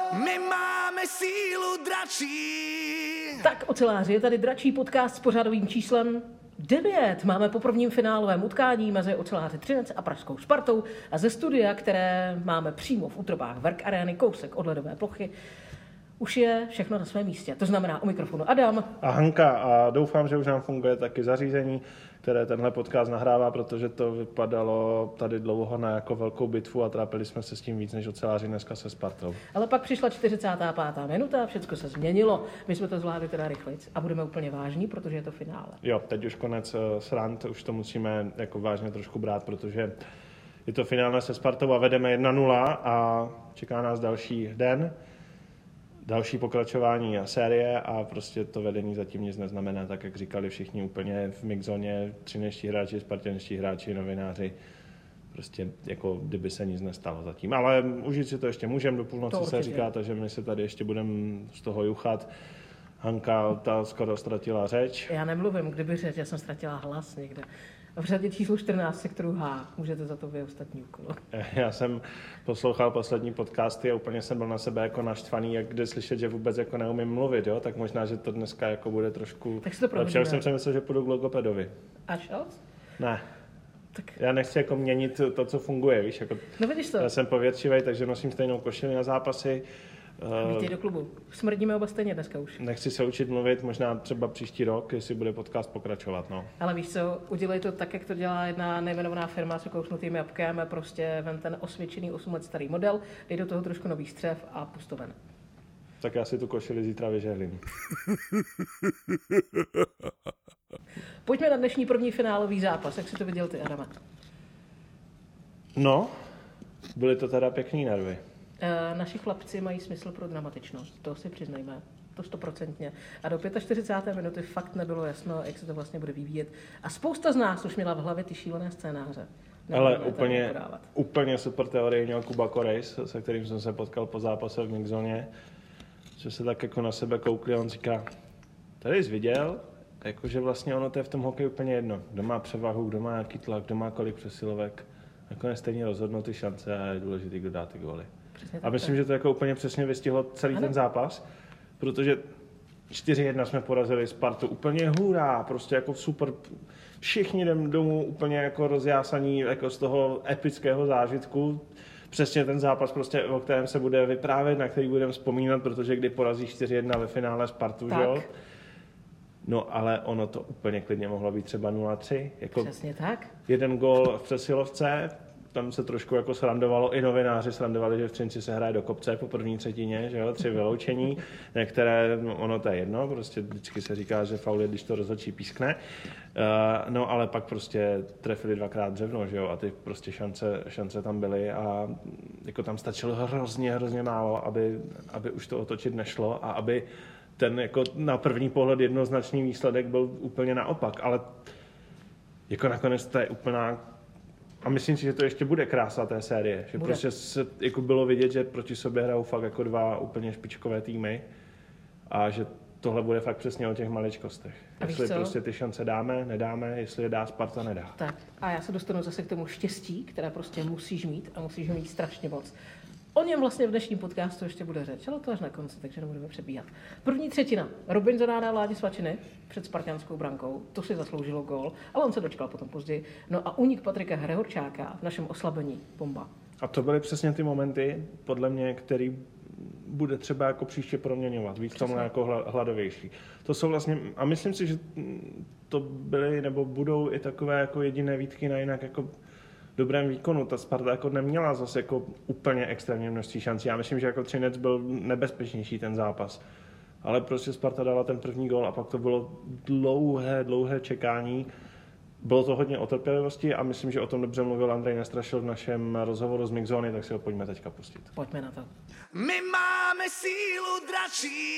My máme sílu dračí. Tak oceláři, je tady dračí podcast s pořadovým číslem 9. Máme po prvním finálovém utkání mezi oceláři Třinec a pražskou Spartou a ze studia, které máme přímo v útrobách Werk Areny, kousek od ledové plochy, už je všechno na svém místě. To znamená u mikrofonu Adam. A Hanka. A doufám, že už nám funguje taky zařízení, které tenhle podcast nahrává, protože to vypadalo tady dlouho na jako velkou bitvu a trápili jsme se s tím víc než oceláři dneska se Spartou. Ale pak přišla 45. minuta a všechno se změnilo. My jsme to zvládli teda rychlic a budeme úplně vážní, protože je to finále. Jo, teď už konec srand, už to musíme jako vážně trošku brát, protože je to finále se Spartou a vedeme 1-0 a čeká nás další den. Další pokračování a série a prostě to vedení zatím nic neznamená, tak jak říkali všichni úplně v mixzóně, třinečtí hráči, spartanští hráči, novináři, prostě jako kdyby se nic nestalo zatím. Ale užít si to ještě můžeme, do půlnoci se říká, takže my se tady ještě budeme z toho juchat. Hanka, ta skoro ztratila řeč. Já nemluvím, kdyby řeč, já jsem ztratila hlas někde. V řadě číslo 14 sektoru H. Můžete za to vy ostatní úkol. Já jsem poslouchal poslední podcasty a úplně jsem byl na sebe jako naštvaný, jak kde slyšet, že vůbec jako neumím mluvit, jo? Tak možná, že to dneska jako bude trošku lepší. Já jsem přemyslel, že půjdu k logopedovi. A šel? Ne. Tak. Já nechci jako měnit to, co funguje, víš? Jako, no vidíš to. Já jsem povětšivej, takže nosím stejnou košili na zápasy. Vítej do klubu. Smrdíme oba stejně dneska už. Nechci se učit mluvit, možná třeba příští rok, jestli bude podcast pokračovat, no. Ale víš co, udělej to tak, jak to dělá jedna nejmenovaná firma s kousnutým jabkem, prostě ven ten osvědčený 8 let starý model, dej do toho trošku nový střev a pust to ven. Tak já si tu košili zítra vyžehlím. Pojďme na dnešní první finálový zápas. Jak si to viděl ty, Adame? No, byly to teda pěkný nervy. Naši chlapci mají smysl pro dramatičnost, to si přiznejme, to 100%. A do 45. minuty fakt nebylo jasno, jak se to vlastně bude vyvíjet. A spousta z nás už měla v hlavě ty šílené scénáře. Ale úplně super teorie měl Kuba Korejs, se kterým jsem se potkal po zápase v mixzóně, že se tak jako na sebe koukli a on říká, tady jsi viděl, jakože vlastně ono to je v tom hokeji úplně jedno. Kdo má převahu, kdo má nějaký tlak, kdo má kolik přesilovek. Nakonec stejně rozhodnou ty šance a je důležitý, kdo dá ty góly. A myslím, že to jako úplně přesně vystihlo celý ten zápas, protože 4-1 jsme porazili Spartu, úplně hurá, prostě jako super, všichni jdem domů úplně jako rozjásaní jako z toho epického zážitku, přesně ten zápas prostě, o kterém se bude vyprávět, na který budeme vzpomínat, protože kdy porazí 4-1 ve finále Spartu, že jo? No ale ono to úplně klidně mohlo být třeba 0-3. Jako přesně tak. Jeden gól v přesilovce, tam se trošku jako srandovalo, i novináři srandovali, že v Třinci se hraje do kopce po první třetině, že jo, 3 vyloučení, některé, ono to je jedno, prostě vždycky se říká, že faul je, když to rozhodčí pískne, no ale pak prostě trefili 2krát dřevno, že jo, a ty prostě šance tam byly a jako tam stačilo hrozně málo, aby už to otočit nešlo a aby ten jako na první pohled jednoznačný výsledek byl úplně naopak, ale jako nakonec to je úplná. A myslím si, že to ještě bude krása té série. Že prostě se jako bylo vidět, že proti sobě hrajou fakt jako dva úplně špičkové týmy a že tohle bude fakt přesně o těch maličkostech. Jestli prostě ty šance dáme, nedáme, jestli je dá Sparta, nedá. Tak a já se dostanu zase k tomu štěstí, které prostě musíš mít a musíš ho mít strašně moc. O něm vlastně v dnešním podcastu ještě bude řeč, ale to až na konci, takže nebudeme přebíhat. První třetina. Robinson dá Vládě Svačiny před spartanskou brankou, to si zasloužilo gól, ale on se dočkal potom později. No a únik Patrika Hřehorčáka v našem oslabení, bomba. A to byly přesně ty momenty, podle mě, který bude třeba jako příště proměňovat, víc tomu jako hladovější. To jsou vlastně, a myslím si, že to byly nebo budou i takové jako jediné výtky na jinak jako dobrém výkonu. Ta Sparta jako neměla zase jako úplně extrémně množství šancí. Já myslím, že jako Třinec byl nebezpečnější ten zápas. Ale prostě Sparta dala ten první gól a pak to bylo dlouhé čekání. Bylo to hodně o trpělivosti a myslím, že o tom dobře mluvil Andrej Nestrašil v našem rozhovoru z Mixzóny, tak si ho pojďme teďka pustit. Pojďme na to. My máme sílu dračí.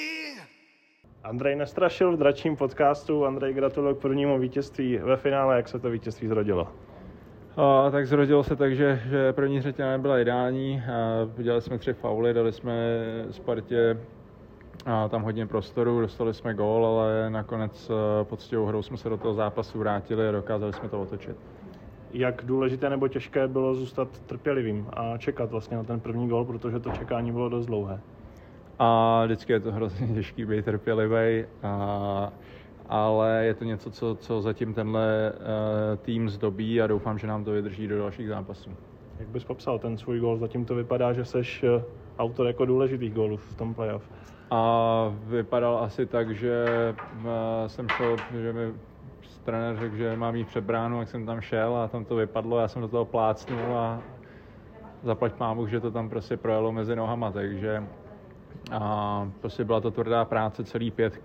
Andrej Nestrašil v dračím podcastu. Andrej, gratuluju k prvnímu vítězství ve finále. Jak se to vítězství zrodilo? Tak zrodilo se tak, že první třetina nebyla ideální. Udělali jsme 3 fauly, dali jsme Spartě tam hodně prostoru, dostali jsme gól, ale nakonec poctivou hrou jsme se do toho zápasu vrátili a dokázali jsme to otočit. jak důležité nebo těžké bylo zůstat trpělivým a čekat vlastně na ten první gól, protože to čekání bylo dost dlouhé. A vždycky je to hrozně těžký být trpělivý, ale je to něco, co zatím tenhle tým zdobí a doufám, že nám to vydrží do dalších zápasů. Jak bys popsal ten svůj gól? Zatím to vypadá, že seš autor jako důležitých gólů v tom playoff. A vypadal asi tak, že jsem šel, že mi trenér řekl, že mám jít před bránu, jak jsem tam šel a tam to vypadlo, já jsem do toho plácnul a zaplať pámu, že to tam prostě projelo mezi nohama, takže prostě byla to tvrdá práce celý 5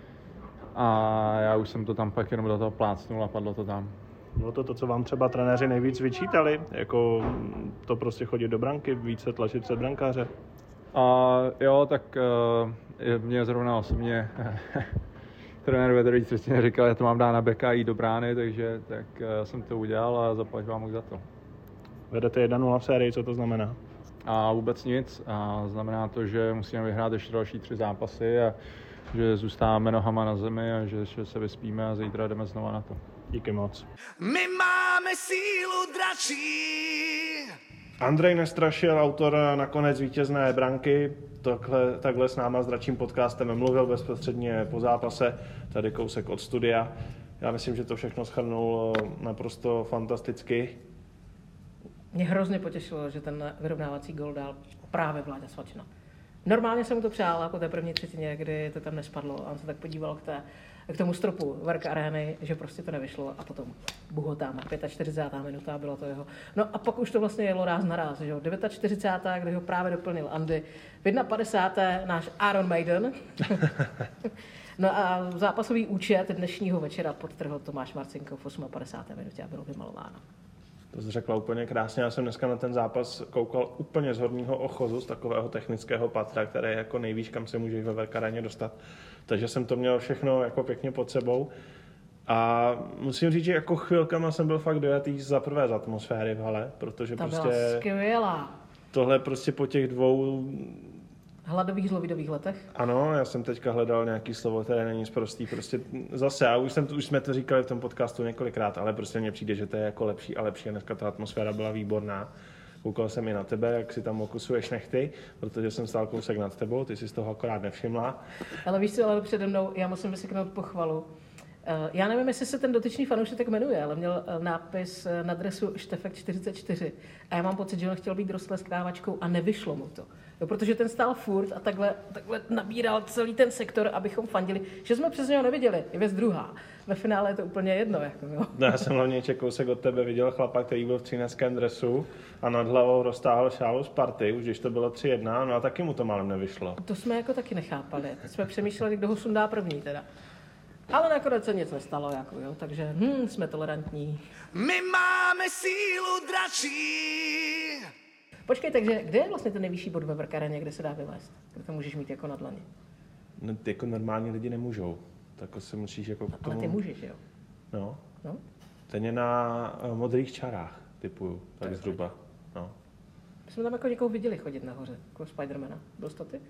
a já už jsem to tam pak jenom do toho plácnul a padlo to tam. Bylo to, co vám třeba trenéři nejvíc vyčítali? Jako to prostě chodit do branky, více tlačit před brankáře? Jo, tak mě zrovna osobně trenér ve druhé třetině říkal, že to mám dát na beka a jít do brány, takže tak jsem to udělal a zaplať vám za to. Vedete 1-0 v sérii, co to znamená? A vůbec nic. A znamená to, že musíme vyhrát ještě další 3 zápasy a že zůstáváme nohama na zemi a že se vyspíme a zítra jdeme znova na to. Díky moc. My máme sílu dračí. Andrej Nestrašil, autor nakonec vítězné branky, takhle s náma s Dračím podcastem mluvil bezprostředně po zápase, tady kousek od studia. Já myslím, že to všechno shrnul naprosto fantasticky. Mě hrozně potěšilo, že ten vyrovnávací gól dal právě Vláďa Svačina. Normálně jsem mu to přála po té první třetině, kdy to tam nespadlo a on se tak podíval k tomu stropu Verk Areny, že prostě to nevyšlo a potom buhotáma, 45. minuta bylo to jeho. No a pak už to vlastně jelo ráz na ráz, že jo, 49. kdy ho právě doplnil Andy, v 51. náš Aaron Maiden. No a zápasový účet dnešního večera podtrhl Tomáš Marcinko v 58. minutě a bylo vymalováno. To jsi řekla úplně krásně. Já jsem dneska na ten zápas koukal úplně z horního ochozu, z takového technického patra, které je jako nejvíc, kam se můžeš ve Verk Areně dostat. Takže jsem to měl všechno jako pěkně pod sebou. A musím říct, že jako chvilkama jsem byl fakt dojatý za prvé z atmosféry v hale, protože Ta prostě byla skvělá. Tohle prostě po těch 2 hladových zlovidových letech. Ano, já jsem teďka hledal nějaký slovo, které není sprostý. Prostě zase, a už jsme to říkali v tom podcastu několikrát, ale prostě mně přijde, že to je jako lepší a lepší. A dneska ta atmosféra byla výborná. Koukal jsem i na tebe, jak si tam okusuješ nechty, protože jsem stál kousek nad tebou, ty jsi z toho akorát nevšimla. Ale víš co, ale přede mnou, já musím vyseknout pochvalu. Já nevím, jestli se ten dotyčný fanoušek tak jmenuje, ale měl nápis na dresu Štefek 44. A já mám pocit, že on chtěl být roztleskávačkou a nevyšlo mu to. Jo, protože ten stál furt a takhle nabíral celý ten sektor, abychom fandili, že jsme přes něho neviděli. Je věc druhá. Ve finále je to úplně jedno. Jako, jo. No, já jsem hlavně kousek od tebe viděl chlapa, který byl v třineckém dresu a nad hlavou roztáhl šálu Sparty, už když to bylo 3-1, no a taky mu to málem nevyšlo. To jsme jako taky nechápali. Teď jsme přemýšleli, kdo ho sundá první teda. Ale nakonec se nic nestalo, jako, jo, takže jsme tolerantní. My máme sílu dračí. Počkej, takže kde je vlastně ten nejvyšší bod ve Verk Areně, kde se dá vylézt? Kde to můžeš mít jako na dlani? No, jako normální lidi nemůžou. Tak se musíš jako k tomu... Ale ty můžeš, jo? No. No? Ten je na modrých čarách, typuju, tak zhruba. No. My jsme tam jako někoho viděli chodit nahoře, jako Spidermana. Byl to ty?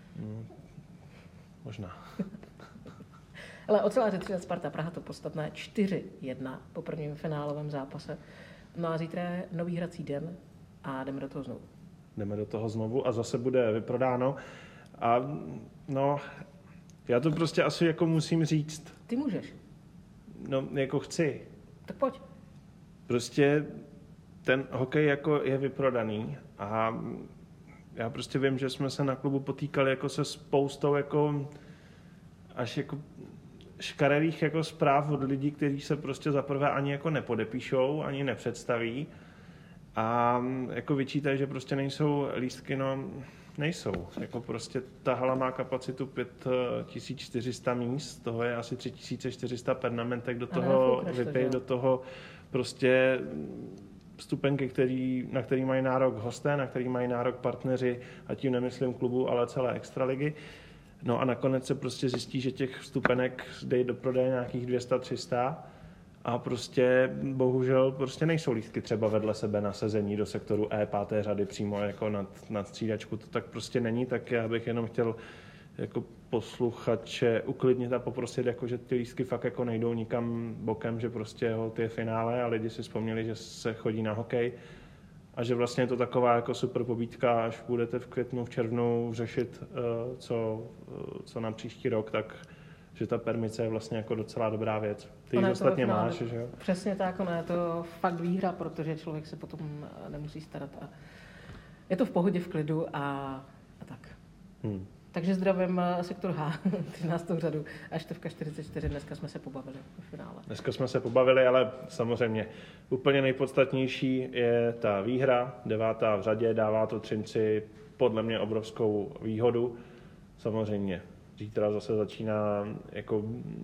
Možná. Ale oceláře 3 Sparta Praha to podstatné 4-1 po prvním finálovém zápase. No a zítra je nový hrací den a jdeme do toho znovu. Jdeme do toho znovu a zase bude vyprodáno. A no, já to prostě asi jako musím říct. Ty můžeš. No, jako chci. Tak pojď. Prostě ten hokej jako je vyprodaný a já prostě vím, že jsme se na klubu potýkali jako se spoustou jako až jako škaredých jako zpráv od lidí, kteří se prostě zaprvé ani jako nepodepíšou, ani nepředstaví a jako vyčítají, že prostě nejsou lístky, no nejsou. Jako prostě ta hala má kapacitu 5400 míst, toho je asi 3400 pernamentek, do toho vypej, do toho prostě vstupenky, na který mají nárok hosté, na který mají nárok partneři, a tím nemyslím klubu, ale celé extraligy. No a nakonec se prostě zjistí, že těch vstupenek dej do prodeje nějakých 200-300 a prostě bohužel prostě nejsou lístky třeba vedle sebe na sezení do sektoru E, 5. řady přímo jako nad střídačku. To tak prostě není, tak já bych jenom chtěl jako posluchače uklidnit a poprosit, jako, že ty lístky fakt jako nejdou nikam bokem, že prostě hold je finále a lidi si vzpomněli, že se chodí na hokej a že vlastně je to taková jako super pobídka, až budete v květnu, v červnu řešit, co na příští rok, tak že ta permice je vlastně jako docela dobrá věc. Ty ji ostatně máš, že jo? Přesně tak, ono je to fakt výhra, protože člověk se potom nemusí starat a je to v pohodě, v klidu a tak. Takže zdravím sektor H, 13. řadu a Štefka 44. Dneska jsme se pobavili v finále. Dneska jsme se pobavili, ale samozřejmě úplně nejpodstatnější je ta výhra, 9. v řadě, dává to Třinci podle mě obrovskou výhodu. Samozřejmě zítra zase začíná jako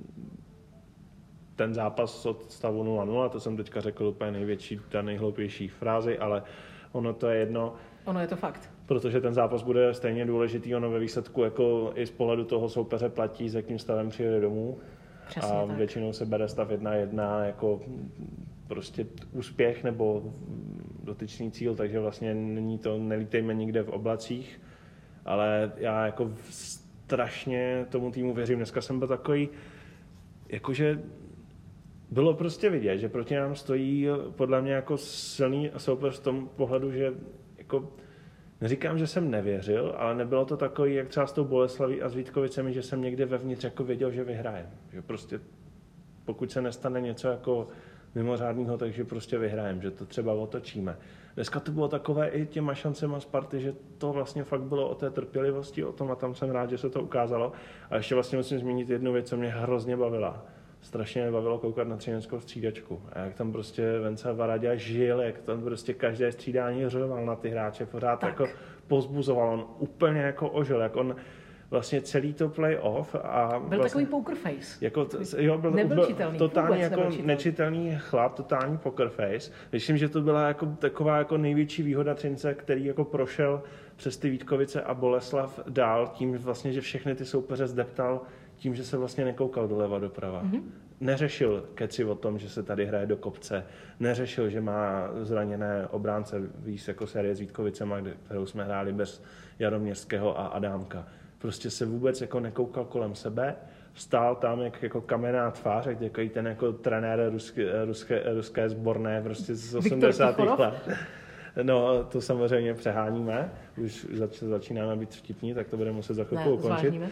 ten zápas od stavu 0-0, to jsem teďka řekl úplně největší, ta nejhloupější frázi, ale ono to je jedno. Ono je to fakt. Protože ten zápas bude stejně důležitý, ono ve výsledku jako i z pohledu toho soupeře platí, s jakým stavem přijede domů. Přesně a tak. většinou se bere stav 1-1 jako prostě úspěch nebo dotyčný cíl, takže vlastně není to, nelítejme nikde v oblacích, ale já jako strašně tomu týmu věřím. Dneska jsem byl takový, jakože bylo prostě vidět, že proti nám stojí podle mě jako silný soupeř v tom pohledu, že jako neříkám, že jsem nevěřil, ale nebylo to takový, jak třeba s tou Boleslaví a s Vítkovicemi, že jsem někde vevnitř jako věděl, že vyhrajem. Že prostě pokud se nestane něco jako mimořádného, takže prostě vyhrajem, že to třeba otočíme. Dneska to bylo takové i těma šancema Sparty, že to vlastně fakt bylo o té trpělivosti, o tom a tam jsem rád, že se to ukázalo. A ještě vlastně musím zmínit jednu věc, co mě hrozně bavila. Strašně mě bavilo koukat na třineckou střídačku. A jak tam prostě Vence Varadě žil, jak tam prostě každé střídání řoval na ty hráče, pořád tak jako pozbuzoval. On úplně jako ožil, jak on vlastně celý to play-off a byl vlastně, takový poker face. jako byl čitelný, totálně jako nebyl nečitelný chlap, totální poker face. Myslím, že to byla jako taková jako největší výhoda Třince, který jako prošel přes ty Vítkovice a Boleslav dál tím vlastně, že všechny ty soupeře zdeptal tím, že se vlastně nekoukal doleva doprava. Neřešil keci o tom, že se tady hraje do kopce, neřešil, že má zraněné obránce, víš, jako série s Vítkovicema, kterou jsme hráli bez Jaroměřského a Adámka. Prostě se vůbec jako nekoukal kolem sebe, stál tam jako kamenná tvář, jak takový ten jako trenér ruské sborné prostě z 80. let. No, to samozřejmě přeháníme, už začínáme být vtipní, tak to bude muset za chvilku ukončit. Zvážníme.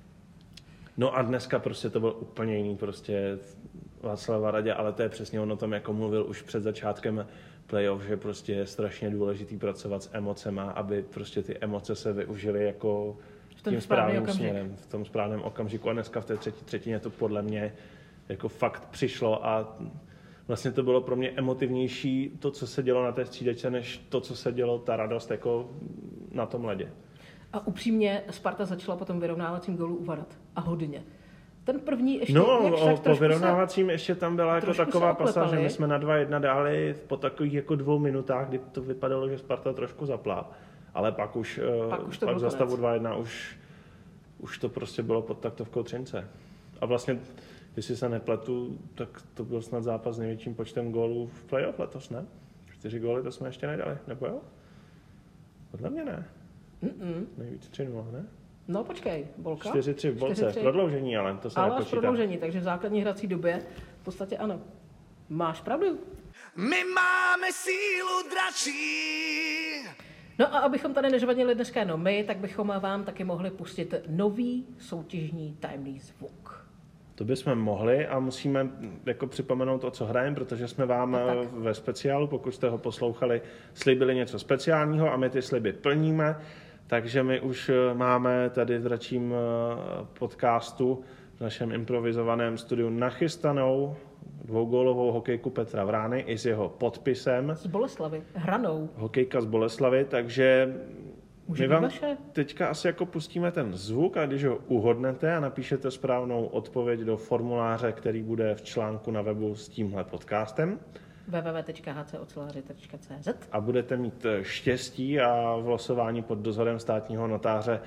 No a dneska prostě to byl úplně jiný prostě Václav Varadě, ale to je přesně on o tom, jako mluvil už před začátkem playoff, že prostě je strašně důležitý pracovat s emocema, aby prostě ty emoce se využily jako tím správným směrem, v tom správném okamžiku. A dneska v té třetí třetině to podle mě jako fakt přišlo a vlastně to bylo pro mě emotivnější to, co se dělo na té střídačce, než to, co se dělo, ta radost jako na tom ledě. A upřímně Sparta začala potom vyrovnávacím gólu uvadat. A hodně. Ten první ještě... po vyrovnávacím ještě tam byla jako taková pasáž, že my jsme na 2-1 dali po takových jako 2 minutách, kdy to vypadalo, že Sparta trošku zaplá. Ale pak za stavu 2-1 už to prostě bylo pod taktovkou Třince. A vlastně, jestli se nepletu, tak to byl snad zápas s největším počtem gólů v playoff letos, ne? 4 góly to jsme ještě nedali, nebo jo? Podle mě ne. Nejvíc 3-0, ne? No počkej, Bolka? 4-3 v Bolce, 4-3. Prodloužení, ale to se ale nepočítá. Ale prodloužení, takže v základní hrací době v podstatě ano. Máš pravdu. My máme sílu dračí. No a abychom tady nežvanili dneska jenom my, tak bychom vám taky mohli pustit nový soutěžní tajemný zvuk. To bychom mohli a musíme jako připomenout, o co hrajeme, protože jsme vám ve speciálu, pokud jste ho poslouchali, slíbili něco speciálního a my ty sliby plníme. Takže my už máme tady v dračím podcastu v našem improvizovaném studiu nachystanou 2gólovou hokejku Petra Vrány i s jeho podpisem. Z Boleslavy, hranou. Hokejka z Boleslavy, takže my vám teďka asi jako pustíme ten zvuk a když ho uhodnete a napíšete správnou odpověď do formuláře, který bude v článku na webu s tímhle podcastem, www.hcoceláři.cz a budete mít štěstí a v losování pod dozorem státního notáře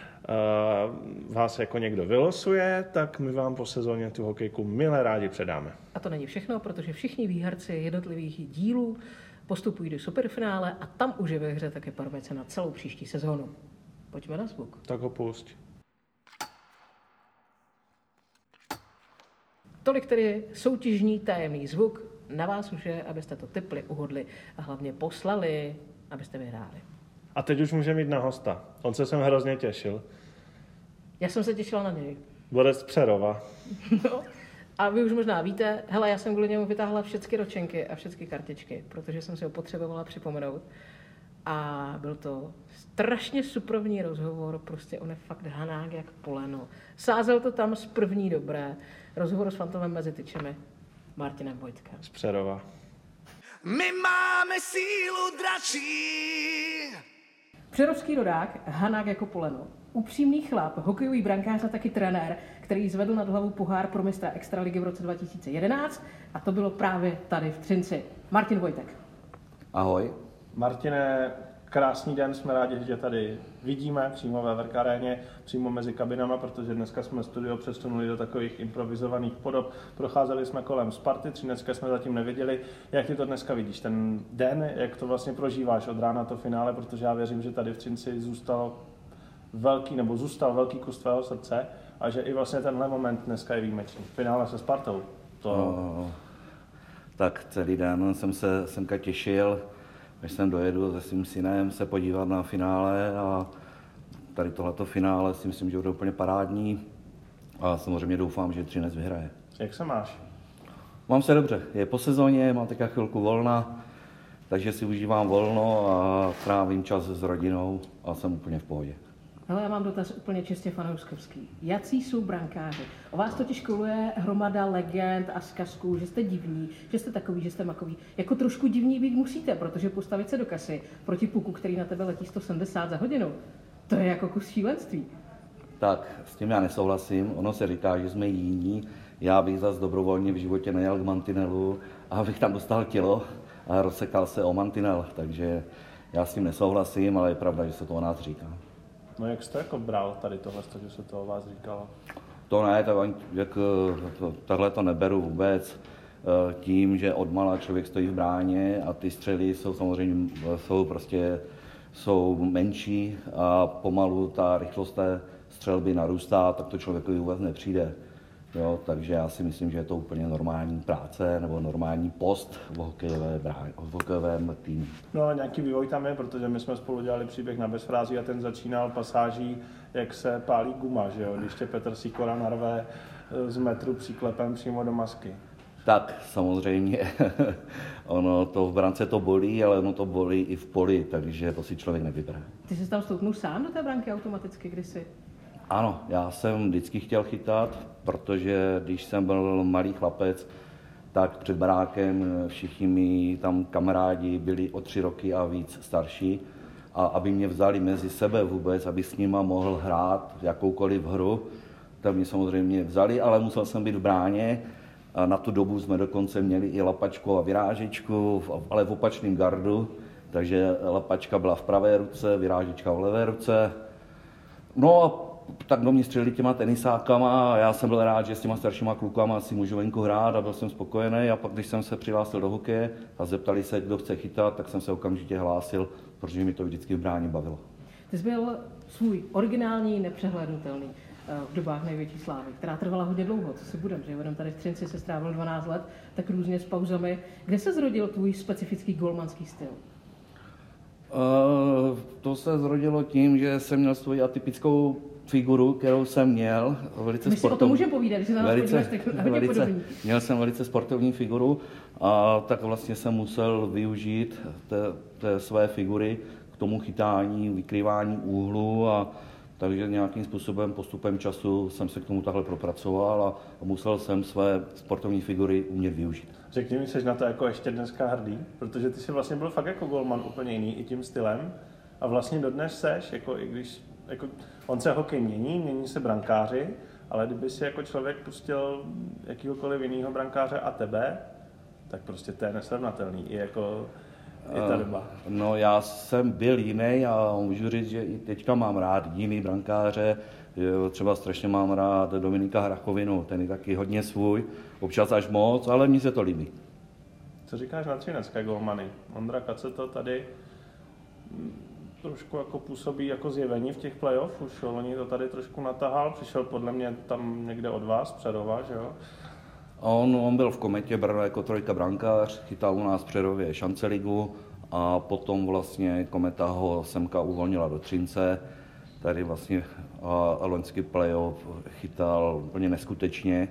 vás jako někdo vylosuje, tak my vám po sezóně tu hokejku milé rádi předáme. A to není všechno, protože všichni výherci jednotlivých dílů postupují do superfinále a tam už je ve hře také parmece na celou příští sezónu. Pojďme na zvuk. Tak ho pusť. Tolik tedy soutěžní tajemný zvuk. Na vás už je, abyste to tipli, uhodli a hlavně poslali, abyste vyhráli. A teď už můžeme jít na hosta. On se sem hrozně těšil. Já jsem se těšila na něj. Bude z Přerova. No, a vy už možná víte, hele, já jsem kvůli němu vytáhla všechny ročenky a všechny kartičky, protože jsem si ho potřebovala připomenout. A byl to strašně suprovní rozhovor, prostě on je fakt hanák jak poleno. Sázel to tam z první dobré. Rozhovor s Fantomem mezi tyčemi. Martinem Vojtkem. Z Přerova. My máme sílu dračí. Přerovský rodák, hanák jako poleno. Upřímný chlap, hokejový brankář a taky trenér, který zvedl nad hlavu pohár pro mistra Extraligy v roce 2011 a to bylo právě tady v Třinci. Martin Vojtek. Ahoj. Martine, krásný den, jsme rádi, že tě tady vidíme přímo ve Verk Aréně, přímo mezi kabinama, protože dneska jsme studio přesunuli do takových improvizovaných podob. Procházeli jsme kolem Sparty, Třinecké jsme zatím neviděli. Jak ty to dneska vidíš, ten den, jak to vlastně prožíváš od rána to finále, protože já věřím, že tady v Třinci zůstal velký kus tvého srdce a že i vlastně tenhle moment dneska je výjimečný. Finále se Spartou. Tak celý den jsem se semka těšil, až jsem dojedu se svým synem se podívat na finále a tady tohleto finále si myslím, že bude úplně parádní a samozřejmě doufám, že Třinec vyhraje. Jak se máš? Mám se dobře, je po sezóně, mám teďka chvilku volna, takže si užívám volno a trávím čas s rodinou a jsem úplně v pohodě. Hele, já mám dotaz úplně čistě fanouškovský. Jací jsou brankáři? O vás totiž koluje hromada legend a zkazků, že jste divní, že jste takový, že jste makový. Jako trošku divní být musíte, protože postavit se do kasy proti puku, který na tebe letí 170 za hodinu, to je jako kus šílenství. Tak, s tím já nesouhlasím. Ono se říká, že jsme jiní. Já bych zase dobrovolně v životě nejel k mantinelu a abych tam dostal kilo a rozsekal se o mantinel. Takže já s tím nesouhlasím, ale je pravda, že se to o nás říká. No jak jsi to jako bral tady tohle, že se to o vás říkalo? To ne, takhle to neberu vůbec. Tím, že odmala člověk stojí v bráně a ty střely jsou samozřejmě jsou menší a pomalu ta rychlost té střelby narůstá, tak to člověkovi vůbec nepřijde. Jo, takže já si myslím, že je to úplně normální práce nebo normální post v hokejovém týmu. No a nějaký vývoj tam je, protože my jsme spolu dělali příběh na Bezfrází a ten začínal pasáží, jak se pálí guma, že jo? Když tě Petr Sikora narve z metru příklepem přímo do masky. Tak, samozřejmě, ono to v brance to bolí, ale ono to bolí i v poli, takže to si člověk nevybere. Ty jsi tam stoupnul sám do té branky automaticky kdysi? Ano, já jsem vždycky chtěl chytat, protože když jsem byl malý chlapec, tak před barákem všichni mi tam kamarádi byli o 3 roky a víc starší. A aby mě vzali mezi sebe vůbec, aby s nima mohl hrát jakoukoliv hru, tak mě samozřejmě vzali, ale musel jsem být v bráně. A na tu dobu jsme dokonce měli i lapačku a vyrážečku, ale v opačném gardu. Takže lapačka byla v pravé ruce, vyrážečka v levé ruce. No a tak do mě střelili těma tenisákama a já jsem byl rád, že s těma staršíma klukama si můžu venku hrát a byl jsem spokojený. A pak, když jsem se přihlásil do hokeje a zeptali se, kdo chce chytat, tak jsem se okamžitě hlásil, protože mi to vždycky v bráně bavilo. Ty jsi byl svůj originální, nepřehlédnutelný v dobách největší slávy, která trvala hodně dlouho, co si budem, že jenom tady v Třinci se strávil 12 let, tak různě s pauzami. Kde se zrodil tvůj specifický golmanský styl? To se zrodilo tím, že jsem měl svoji atypickou figuru, kterou jsem měl, velice My si o tom můžeme povídat, když se na nás podíváš, tak hodně podobný. Měl jsem velice sportovní figuru a tak vlastně jsem musel využít té své figury k tomu chytání, vykrývání úhlu a takže nějakým způsobem, postupem času jsem se k tomu takhle propracoval a musel jsem své sportovní figury umět využít. Řekni mi, jsi na to jako ještě dneska hrdý, protože ty jsi vlastně byl fakt jako golman úplně jiný i tím stylem a vlastně dodnes seš, jako i když, jako on se hokej mění se brankáři, ale kdyby si jako člověk pustil jakýhokoliv jiného brankáře a tebe, tak prostě to je nesrovnatelný i jako i ta doba. No já jsem byl jiný a můžu říct, že i teďka mám rád jiný brankáře. Třeba strašně mám rád Dominika Hrachovinu, ten je taky hodně svůj, občas až moc, ale mně se to líbí. Co říkáš na třinecké golmany? Ondra Kaceto tady trošku jako působí jako zjevení v těch playoff, už loni to tady trošku natahal, přišel podle mě tam někde od vás, Přerova, že jo? On byl v Kometě Brno jako trojka brankář, chytal u nás v Přerově šanceligu a potom vlastně Kometa ho semka uvolnila do Třince. Tady vlastně loňský playoff chytal úplně neskutečně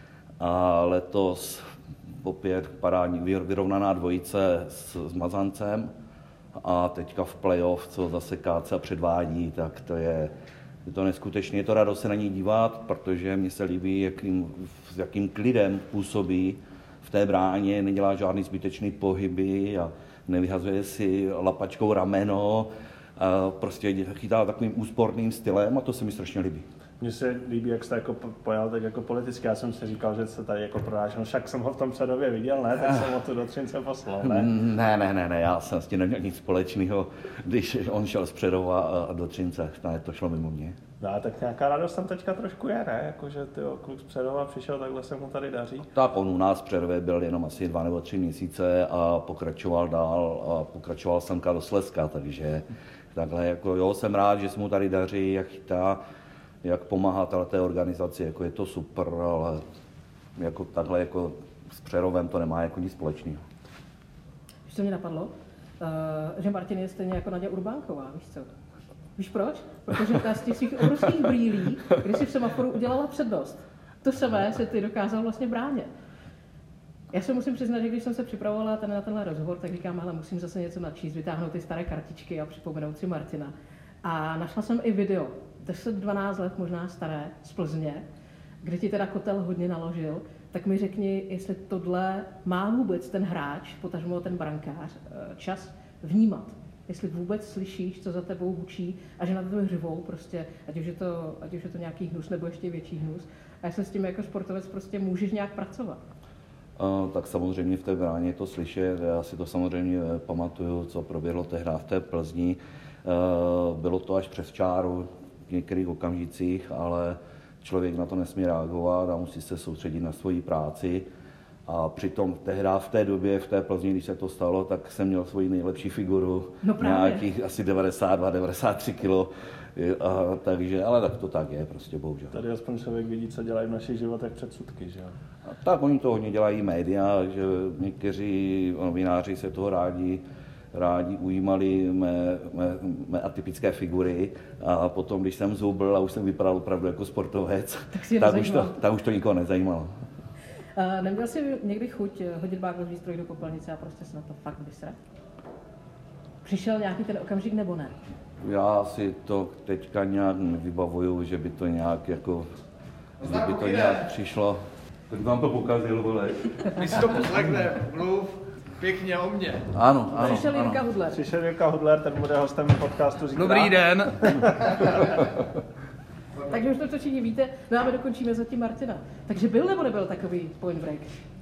a letos opět parádní vyrovnaná dvojice s Mazancem a teďka v playoff, co zase Káca předvádí, tak to je to neskutečné. Je to radost se na ní dívat, protože mně se líbí, s jakým klidem působí v té bráně, nedělá žádný zbytečný pohyby a nevyhazuje si lapačkou rameno, a prostě chytá takovým úsporným stylem a to se mi strašně líbí. Mně se líbí, jak jste jako pojal tak jako politicky. Já jsem si říkal, že se tady jako prodáš, no však jsem ho v tom Předově viděl, ne? Tak jsem ho tu do Třince poslal, ne? Ne, já jsem s tím neměl nic společného, když on šel z Předova do Třince, to šlo mimo mě. No, tak nějaká radost tam teďka trošku je, ne? Jakože kluk z Předova přišel, takhle se mu tady daří. Tak on u nás v Předově byl jenom asi 2 nebo 3 měsíce a pokračoval dál a pokračoval semka do Slezska, takže takhle jako jo, jsem rád, že se mu tady daří, jak chytá, jak pomáhá té organizaci, jako je to super, ale jako takhle jako s Přerovem to nemá jako nic společného. Víš, co mě napadlo? Že Martin je stejně jako Naďa Urbánková, víš co? Víš proč? Protože ta z těch svých obrovských brýlí, když si v semaforu udělala přednost. To samé se ty dokázal vlastně bránit. Já se musím přiznat, že když jsem se připravovala na tenhle rozhovor, tak říkám, ale musím zase něco načíst, vytáhnout ty staré kartičky a připomenout si Martina. A našla jsem i video, 10-12 let možná staré, z Plzně, kde ti teda Kotel hodně naložil, tak mi řekni, jestli tohle má vůbec ten hráč, potažmo ten brankář, čas vnímat. Jestli vůbec slyšíš, co za tebou hučí a že na tebe hřivou prostě, ať už je to nějaký hnus nebo ještě větší hnus. A jestli s tím jako sportovec prostě můžeš nějak pracovat. Tak samozřejmě v té bráně je to slyšet. Já si to samozřejmě pamatuju, co proběhlo tehdy v té Plzni. Bylo to až přes čáru v některých okamžicích, ale člověk na to nesmí reagovat a musí se soustředit na svoji práci. A přitom tehdy v té době, v té Plzni, když se to stalo, tak jsem měl svoji nejlepší figuru, nějakých asi 92-93 kg. Takže, ale tak to tak je, prostě bohužel. Tady aspoň člověk vidí, co dělají v našich životech předsudky, že jo? Tak oni to hodně dělají média, že někteří novináři se toho rádi ujímali mé atypické figury a potom, když jsem zubl a už jsem vypadal opravdu jako sportovec, tak už to nikoho nezajímalo. Neměl jsi někdy chuť hodit báglový stroj do popelnice a prostě se na to fakt vysrat? Přišel nějaký ten okamžik nebo ne? Já si to teďka nějak nevybavuju, že by to nějak jako, že by to nějak přišlo. Tak vám to pokazil, vole. My si to poslechne, mluv pěkně o mně. Ano. Přišel Jirka Hudler. Přišel Jirka Hudler, ten bude hostem podcastu zítra. Dobrý den. Takže už to všichni víte, no a my dokončíme zatím Martina. Takže byl nebo nebyl takový point break?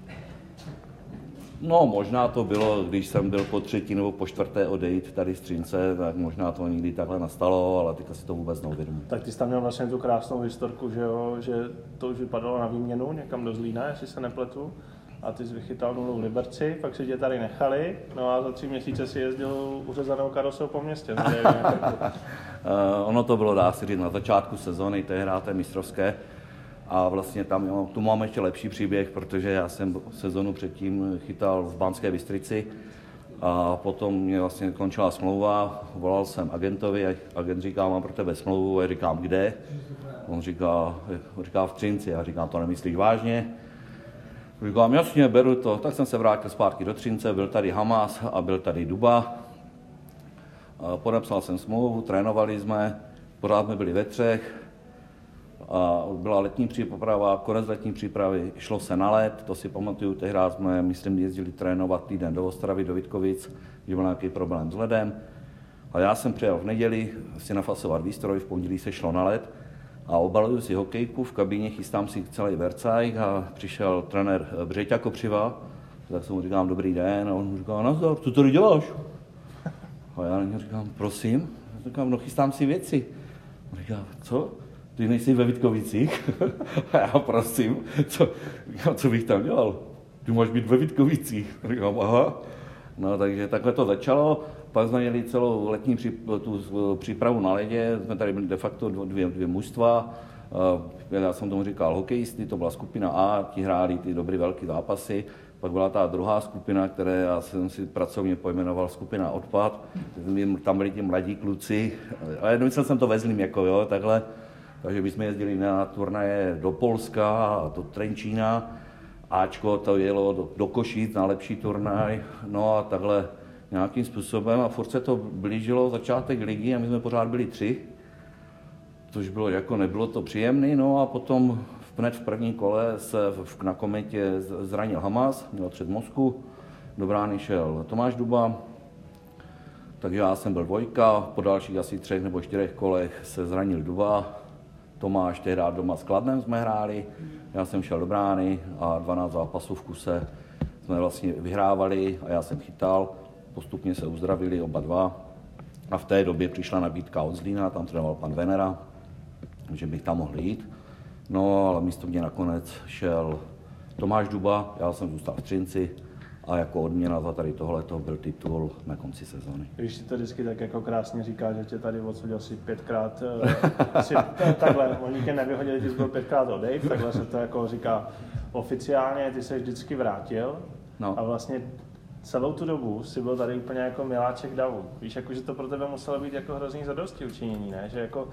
No, možná to bylo, když jsem byl po 3. nebo po 4. odejít tady z Třince, tak možná to někdy takhle nastalo, ale teďka si to vůbec neuvědomuji. Tak ty jsi tam měl vlastně tu krásnou historku, že jo, že to už vypadalo na výměnu někam do Zlína, jestli se nepletu. A ty jsi vychytal 0 v Liberci, pak si tě tady nechali, no a za 3 měsíce si jezdil uřezanou karosou po městě. Ono to bylo, dá se říct, na začátku sezóny, tehdy té mistrovské. A vlastně tam, tu mám ještě lepší příběh, protože já jsem sezonu předtím chytal v Banské Bystrici a potom mě vlastně končila smlouva, volal jsem agentovi, agent říká, mám pro tebe smlouvu, a říkám, kde? On říká v Třinci, já říkám, to nemyslíš vážně? Říkám, jasně, beru to. Tak jsem se vrátil zpátky do Třince, byl tady Hamas a byl tady Duba. Podepsal jsem smlouvu, trénovali jsme, pořád jsme byli ve 3. A byla letní příprava, konec letní přípravy, šlo se na let, to si pamatuju, tehdy jsme, myslím, jezdili trénovat týden do Ostravy, do Vítkovic, že byl nějaký problém s ledem. A já jsem přijel v neděli si nafasovat výstroj, v pondělí se šlo na led a obaluju si hokejku v kabině, chystám si celý Vercajk a přišel trenér Břeťa Kopřiva, tak jsem mu říkám, dobrý den, a on mu říká, nazdar, co tady děláš? A já na něj říkám, prosím, říkám, no chystám si věci. On říká, co? Ty nejsi ve Vítkovicích? A já prosím, co bych tam dělal? Ty máš být ve Vítkovicích. Říkám, aha. No takže takhle to začalo. Pak jsme měli celou letní přípravu na ledě. Jsme tady byli de facto dvě mužstva. Já jsem tomu říkal hokejisty, to byla skupina A, ti hráli ty dobrý velký zápasy. Pak byla ta druhá skupina, které já jsem si pracovně pojmenoval skupina Odpad. Tam byli ti mladí kluci, ale nemyslel jsem to ve zlým, jako jo, takhle. Takže my jsme jezdili na turnaje do Polska a do Trenčína. Ačko to jelo do Košic na lepší turnaj, no a takhle nějakým způsobem a furt se to blížilo začátek ligy a my jsme pořád byli 3, což bylo jako nebylo to příjemné, no a potom hned v prvním kole se na Kometě zranil Hamas, měl před Mosku, do brány šel Tomáš Duba, takže já jsem byl 2, po dalších asi 3 nebo 4 kolech se zranil Duba, Tomáš tehdy doma s Kladnem jsme hráli, já jsem šel do brány a 12 zápasů v kuse jsme vlastně vyhrávali a já jsem chytal. Postupně se uzdravili oba dva a v té době přišla nabídka od Zlína, tam trénoval pan Venera, že bych tam mohl jít. No ale místo mě nakonec šel Tomáš Duba, já jsem zůstal v Třinci a jako odměna za tady tohleto byl titul na konci sezóny. Když si to vždycky tak jako krásně říká, že tě tady odsudil si 5krát, takhle, oni tě nevyhodili, ty jsi byl 5krát odejít, takhle se to jako říká oficiálně, ty se vždycky vrátil a vlastně celou tu dobu si byl tady úplně jako miláček davu. Víš, jako, že to pro tebe muselo být jako hrozný zadostiučinění, ne? Že jako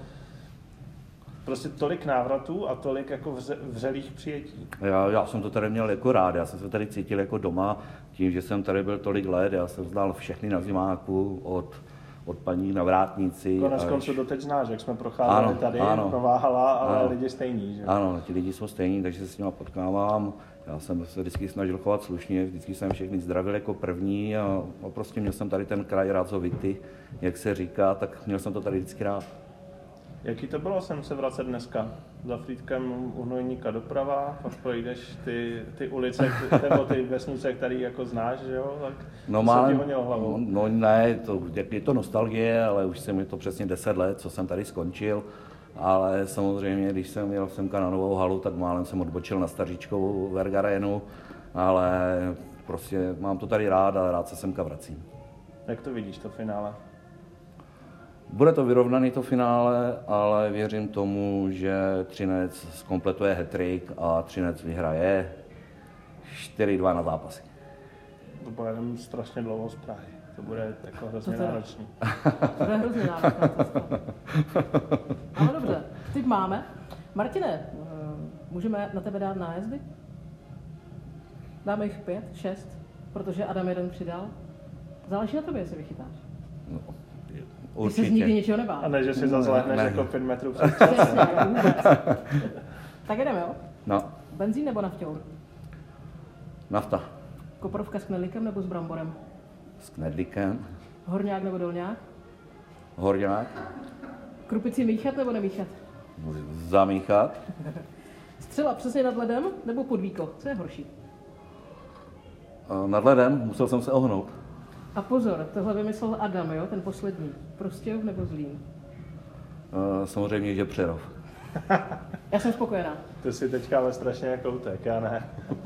prostě tolik návratů a tolik jako vřelých přijetí. Já jsem to tady měl jako rád, já jsem se tady cítil jako doma, tím, že jsem tady byl tolik let, já jsem znal všechny na zimáku, od paní na vrátnici. Konec konců doteď znáš, jak jsme procházeli tady, Nová hala, ale lidi stejní, že? Ano, ti lidi jsou stejní, takže se s nimi potkávám. Já jsem se vždycky snažil chovat slušně, vždycky jsem všechny zdravil jako první a prostě měl jsem tady ten kraj rázovitý, jak se říká, tak měl jsem to tady vždycky rád. Jaký to bylo sem se vracet dneska? Za Frýdkem u Hnojníka doprava, pak projdeš ty ulice, nebo ty vesnice, které jako znáš, že jo? Tak no, se ti honilo hlavou. No ne, je to nostalgie, ale už jsem mi to přesně 10 let, co jsem tady skončil. Ale samozřejmě, když jsem jel semka na Novou halu, tak málem jsem odbočil na Staříčkovou Vergarenu, ale prostě mám to tady rád a rád se semka vracím. Jak to vidíš, to finále? Bude to vyrovnaný to finále, ale věřím tomu, že Třinec zkompletuje hat-trick a Třinec vyhraje 4-2 na zápasy. To bude jenom strašně dlouho z Prahy. To bude jako hrozně náročný. To bude hrozně náročná cesta. Ale dobře, tip máme. Martine, můžeme na tebe dát nájezdy? Dáme jich 5, 6, protože Adam jeden přidal. Záleží na tobě, jestli vychytáš. No, ty jsi nikdy ničeho nebál. A ne, že si zazlehneš jako 5 metrů před Tak jdeme, jo? No. Benzín nebo nafťour? Nafta. Koprovka s knedlíkem nebo s bramborem? S knedlíkem. Horňák nebo dolňák? Horňák. Krupici míchat nebo nemíchat? Zamíchat. Střela přesně nad ledem nebo podvíko? Co je horší? Nad ledem, musel jsem se ohnout. A pozor, tohle vymyslel Adam, jo, ten poslední. Prostějov nebo Zlín? Samozřejmě, že Přerov. Já jsem spokojená. Ty si teďka ve strašně jako utek, já ne.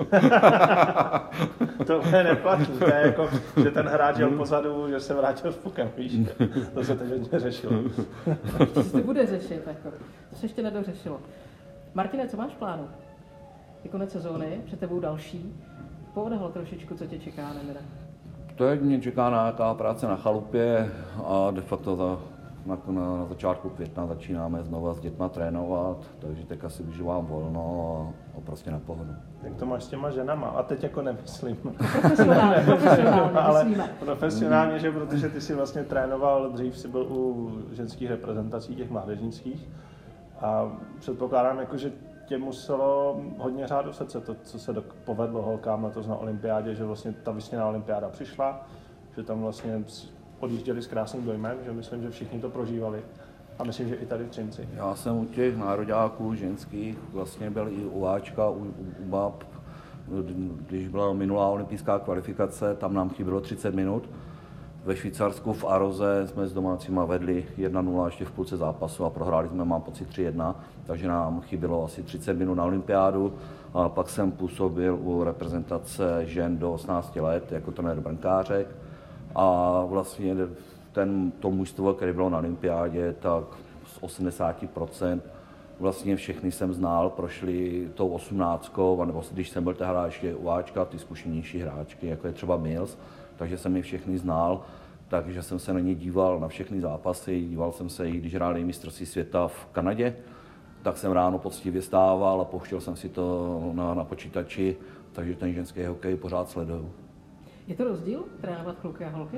To mě neplatí, to je jako, že ten hráč jel pozadu, že se vrátil s pukem, víš. To se teď hodně řešilo. To se bude řešit, jako. To se ještě nedořešilo. Martine, co máš v plánu? Je konec sezóny, před tebou další. Poodhal trošičku, co tě čeká, Nemire. To mě čeká nějaká práce na chalupě a de facto na začátku května začínáme znova s dětma trénovat, takže teď asi vyžívám volno a prostě na pohodu. Jak to máš s těma ženama? A teď jako nemyslím. Profesionálně, ale profesionálně, že protože ty si vlastně trénoval, dřív si byl u ženských reprezentací, těch mládežnických a předpokládám, jako, že tě muselo hodně řád do srdce to, co se povedlo holkám letos na olympiádě, že vlastně ta vysněná olympiáda přišla, že tam vlastně odjížděli s krásným dojmem, že myslím, že všichni to prožívali a myslím, že i tady v Třinci. Já jsem u těch nároďáků ženských vlastně byl i u Ačka, u bab, když byla minulá olympijská kvalifikace, tam nám chybělo 30 minut. Ve Švýcarsku v Aroze jsme s domácíma vedli 1-0 ještě v půlce zápasu a prohráli jsme, mám pocit, 3-1, takže nám chybělo asi 30 minut na olympiádu. A pak jsem působil u reprezentace žen do 18 let jako trenér brankářek a vlastně to mužstvo, které bylo na olympiádě, tak z 80% vlastně všechny jsem znal, prošli tou 18, nebo když jsem byl tehdy ještě u Ačka, ty zkušenější hráčky, jako je třeba Mills, takže jsem je všechny znal, takže jsem se na ně díval na všechny zápasy, díval jsem se i když hráli mistrovství světa v Kanadě, tak jsem ráno poctivě stával a pouštěl jsem si to na počítači, takže ten ženský hokej pořád sleduju. Je to rozdíl trénovat kluky a holky?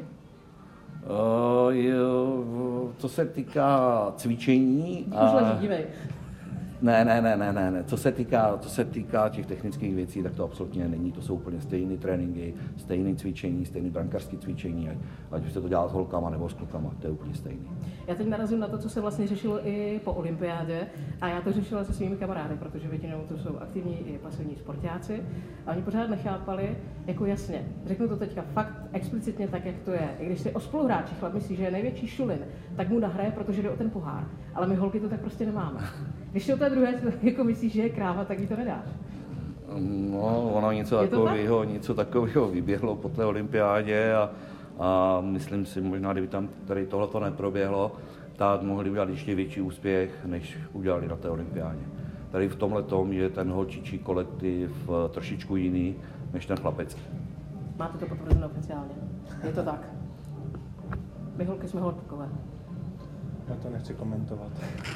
Co se týká cvičení Dívej. Ne. Co se týká těch technických věcí, tak to absolutně není. To jsou úplně stejné tréninky, stejné cvičení, stejné brankářské cvičení, ať už se to dělá s holkama nebo s klukama, to je úplně stejný. Já teď narazím na to, co se vlastně řešilo i po olympiádě a já to řešila se svými kamarády, protože většinou to jsou aktivní i pasivní sportáci a oni pořád nechápali, jako jasně, řeknu to teďka fakt explicitně tak, jak to je. I když si o spoluhráči chlap myslí, že je největší šulin, tak mu nahraje, protože jde o ten pohár. Ale my holky to tak prostě nemáme. Když si o té druhé jako myslíš, že je kráva, tak jí to nedáš. No, ono něco takového vyběhlo po té olympiádě a myslím si, možná kdyby tam tady tohleto neproběhlo, tak mohli udělat ještě větší úspěch, než udělali na té olympiádě. Tady v tomhletom je ten holčičí kolektiv trošičku jiný, než ten chlapecký. Máte to potvrzeno oficiálně. Je to tak. My holky jsme holkové. Já to nechci komentovat.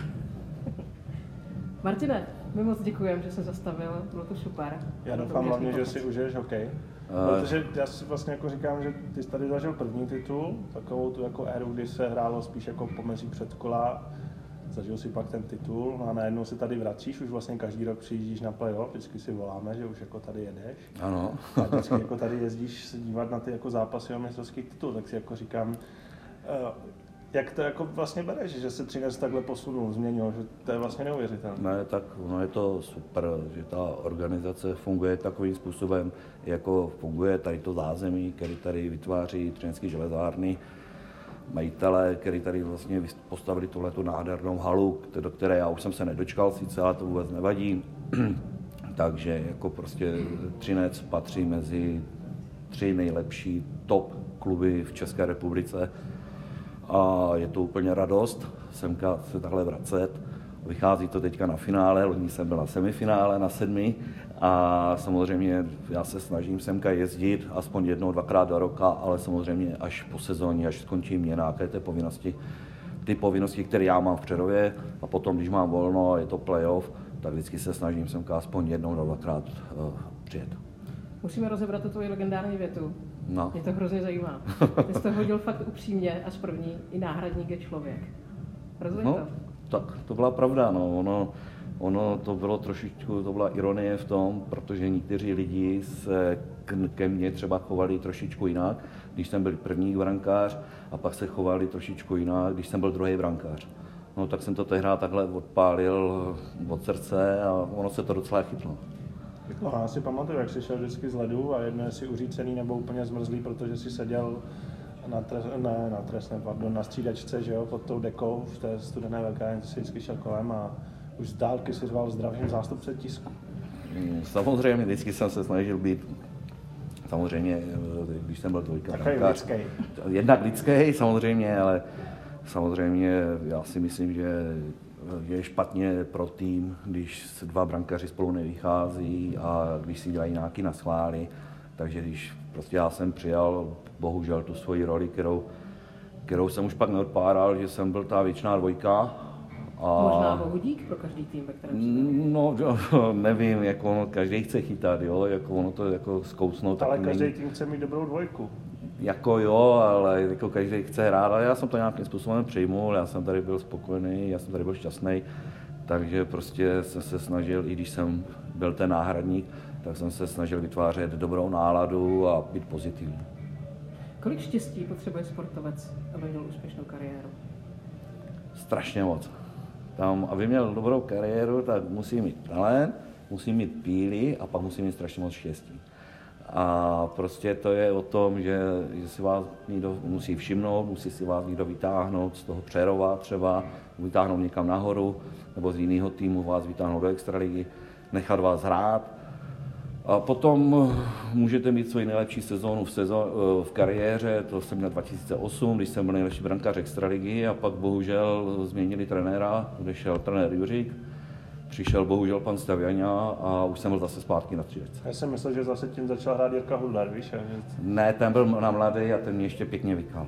Martine, my moc děkujeme, že se zastavil, bylo to super. Já doufám hlavně, že si užiješ hokej. Protože já si vlastně jako říkám, že ty jsi tady zažil první titul, takovou tu jako éru, kdy se hrálo spíš jako pomezí předkola. Zažil si pak ten titul a najednou se tady vracíš, už vlastně každý rok přijíždíš na playoff, vždycky si voláme, že už jako tady jedeš. Ano. A vždycky jako tady jezdíš se dívat na ty jako zápasy o mistrovský titul, tak si jako říkám, jak to jako vlastně bereš, že se Třinec takhle posunul, změnil, že to je vlastně neuvěřitelné. Ne, tak ono je to super, že ta organizace funguje takovým způsobem, jako funguje tady to zázemí, který tady vytváří Třinecké železárny, majitele, který tady vlastně postavili tuhletu nádhernou halu, do které já už jsem se nedočkal sice, ale to vůbec nevadí. Takže jako prostě Třinec patří mezi 3 nejlepší top kluby v České republice. A je to úplně radost semka se takhle vracet. Vychází to teďka na finále, loni jsem byl na semifinále, na 7. A samozřejmě já se snažím semka jezdit aspoň 1-2krát do roka, ale samozřejmě až po sezóně, až skončí nějaké ty povinnosti, které já mám v Přerově a potom, když mám volno a je to playoff, tak vždycky se snažím semka aspoň 1-2krát přijet. Musíme rozebrat tu tvoji legendární větu. No. Mě to hrozně zajímá. Ty jsi to hodil fakt upřímně a z první, i náhradník je člověk. Rozumím to? Tak to byla pravda, no. Ono to bylo trošičku, to byla ironie v tom, protože někteří lidi se ke mně třeba chovali trošičku jinak, když jsem byl první brankář a pak se chovali trošičku jinak, když jsem byl druhý brankář. No tak jsem to tehdy takhle odpálil od srdce a ono se to docela chytlo. No, já si pamatuju, jak jsi šel vždycky z ledu a jedno je si uřícený nebo úplně zmrzlý, protože si seděl na střídačce, že jo, pod tou dekou v té studené velké, si vždycky šel kolem a už z dálky si řval zdravím zástupce tisku. Samozřejmě, vždycky jsem se snažil být, samozřejmě, když jsem byl dvojka brankář. Jednak lidský, samozřejmě, ale samozřejmě já si myslím, že je špatně pro tým, když 2 brankaři spolu nevychází a když si dělají nějaký naschvály. Takže když prostě já jsem přijal bohužel tu svoji roli, kterou jsem už pak neodpáral, že jsem byl ta věčná dvojka. A možná bohudík pro každý tým, ve kterém jsi. No, nevím, jako ono, každý chce chytat, jo, jako ono to jako zkousnout. Ale každý tým chce mít dobrou dvojku. Jako jo, ale jako každý chce hrát, ale já jsem to nějakým způsobem přijmul, já jsem tady byl spokojený, já jsem tady byl šťastný, takže prostě jsem se snažil, i když jsem byl ten náhradník, tak jsem se snažil vytvářet dobrou náladu a být pozitivní. Kolik štěstí potřebuje sportovec, aby měl úspěšnou kariéru? Strašně moc. Aby měl dobrou kariéru, tak musí mít talent, musí mít píly a pak musí mít strašně moc štěstí. A prostě to je o tom, že si vás někdo musí všimnout, musí si vás někdo vytáhnout z toho Přerova třeba, vytáhnout někam nahoru, nebo z jiného týmu vás vytáhnout do extraligy, nechat vás hrát. A potom můžete mít svoji nejlepší sezónu v kariéře, to jsem měl 2008, když jsem byl nejlepší brankář extraligy a pak bohužel změnili trenéra, odešel trenér Juřík přišel bohužel pan Stavěňa a už jsem byl zase zpátky na střídačce. Já jsem myslel, že zase tím začal hrát Jirka Hudler, víš? Ne, ten byl na mladý a ten mě ještě pěkně vykal.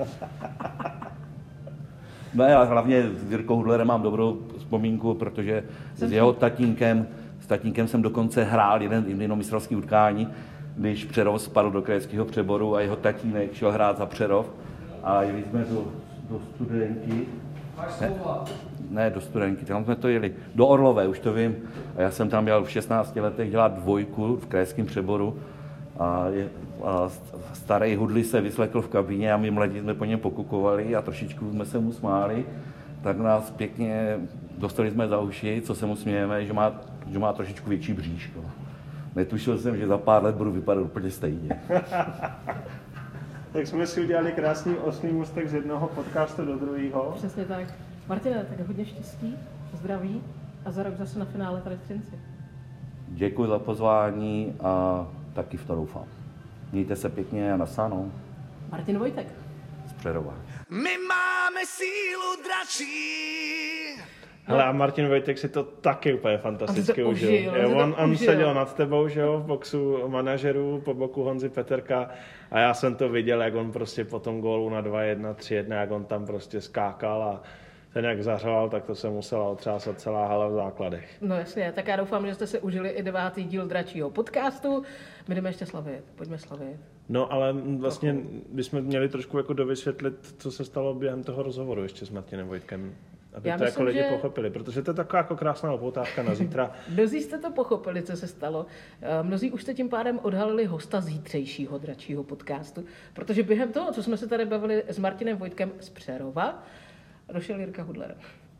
Ne, ale hlavně s Jirkou Hudlerem mám dobrou vzpomínku, protože s jeho tatínkem jsem dokonce hrál jedno mistrovské utkání, když Přerov spadl do krajského přeboru a jeho tatínek šel hrát za Přerov a jeli jsme do Studenky. Ne, do Studenky, tam jsme to jeli. Do Orlové, už to vím. A já jsem tam měl v 16 letech dělat dvojku v krajském přeboru a starý Hudli se vyslekl v kabině a my mladí jsme po něm pokukovali a trošičku jsme se mu smáli. Tak nás pěkně dostali jsme za uši, co se mu smějeme, že má trošičku větší bříško. Netušil jsem, že za pár let budu vypadat úplně stejně. Tak jsme si udělali krásný osmý můstek z jednoho podcastu do druhého. Přesně tak. Martine, tak hodně štěstí, zdraví a za rok zase na finále tady v Třinci. Děkuji za pozvání a taky v to doufám. Mějte se pěkně a nasánou. Martin Vojtek. Z Přerova. My máme sílu dračí. Hele, a Martin Vojtek si to taky úplně fantasticky užil. On užil. seděl nad tebou, že jo, v boxu manažerů po boku Honzy Peterka a já jsem to viděl, jak on prostě po tom gólu na 2-1, 3-1, jak on tam prostě skákal a ten jak zařval, tak to se musela otřásat celá hala v základech. No jasně, tak já doufám, že jste se užili i 9. díl Dračího podcastu. My jdeme ještě slavit, pojďme slavit. No ale vlastně bychom měli trošku jako dovysvětlit, co se stalo během toho rozhovoru ještě s Martinem Vojtkem. Aby Já to myslím, jako lidi že pochopili, protože to je taková jako krásná opoutávka na zítra. Mnozí jste to pochopili, co se stalo. Mnozí už jste tím pádem odhalili hosta zítřejšího Dračího podcastu, protože během toho, co jsme se tady bavili s Martinem Vojtkem z Přerova, došel Jirka Hudler.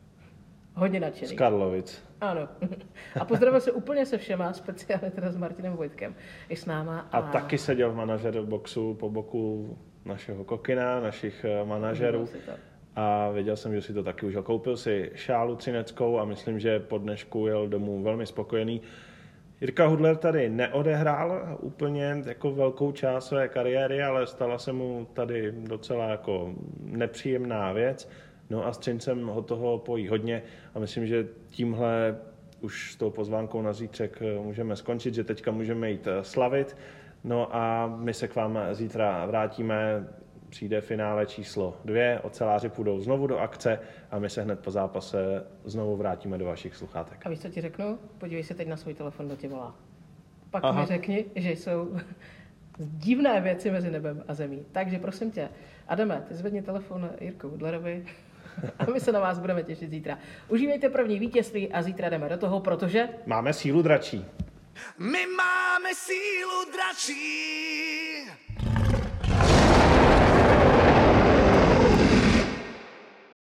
Hodně nadšený. Z Karlovic. Ano. A pozdravil se úplně se všema, speciálně teda s Martinem Vojtkem. I s náma. A taky seděl v manažer boxu po boku našeho Kokina, našich manažerů. A věděl jsem, že si to taky užil. Koupil si šálu třineckou a myslím, že po dnešku jel domů velmi spokojený. Jirka Hudler tady neodehrál úplně jako velkou část své kariéry, ale stala se mu tady docela jako nepříjemná věc. No a s Třincem ho toho pojí hodně a myslím, že tímhle už s tou pozvánkou na zítřek můžeme skončit, že teďka můžeme jít slavit. No a my se k vám zítra vrátíme. Přijde finále číslo 2, oceláři půjdou znovu do akce a my se hned po zápase znovu vrátíme do vašich sluchátek. A víš, co ti řeknu? Podívej se teď na svůj telefon, kdo tě volá. Pak Aha. mi řekni, že jsou divné věci mezi nebem a zemí. Takže prosím tě, Adame, ty zvedni telefon Jirku Hudlerovi a my se na vás budeme těšit zítra. Užívejte první vítězství a zítra jdeme do toho, protože Máme sílu dračí. My máme sílu dračí.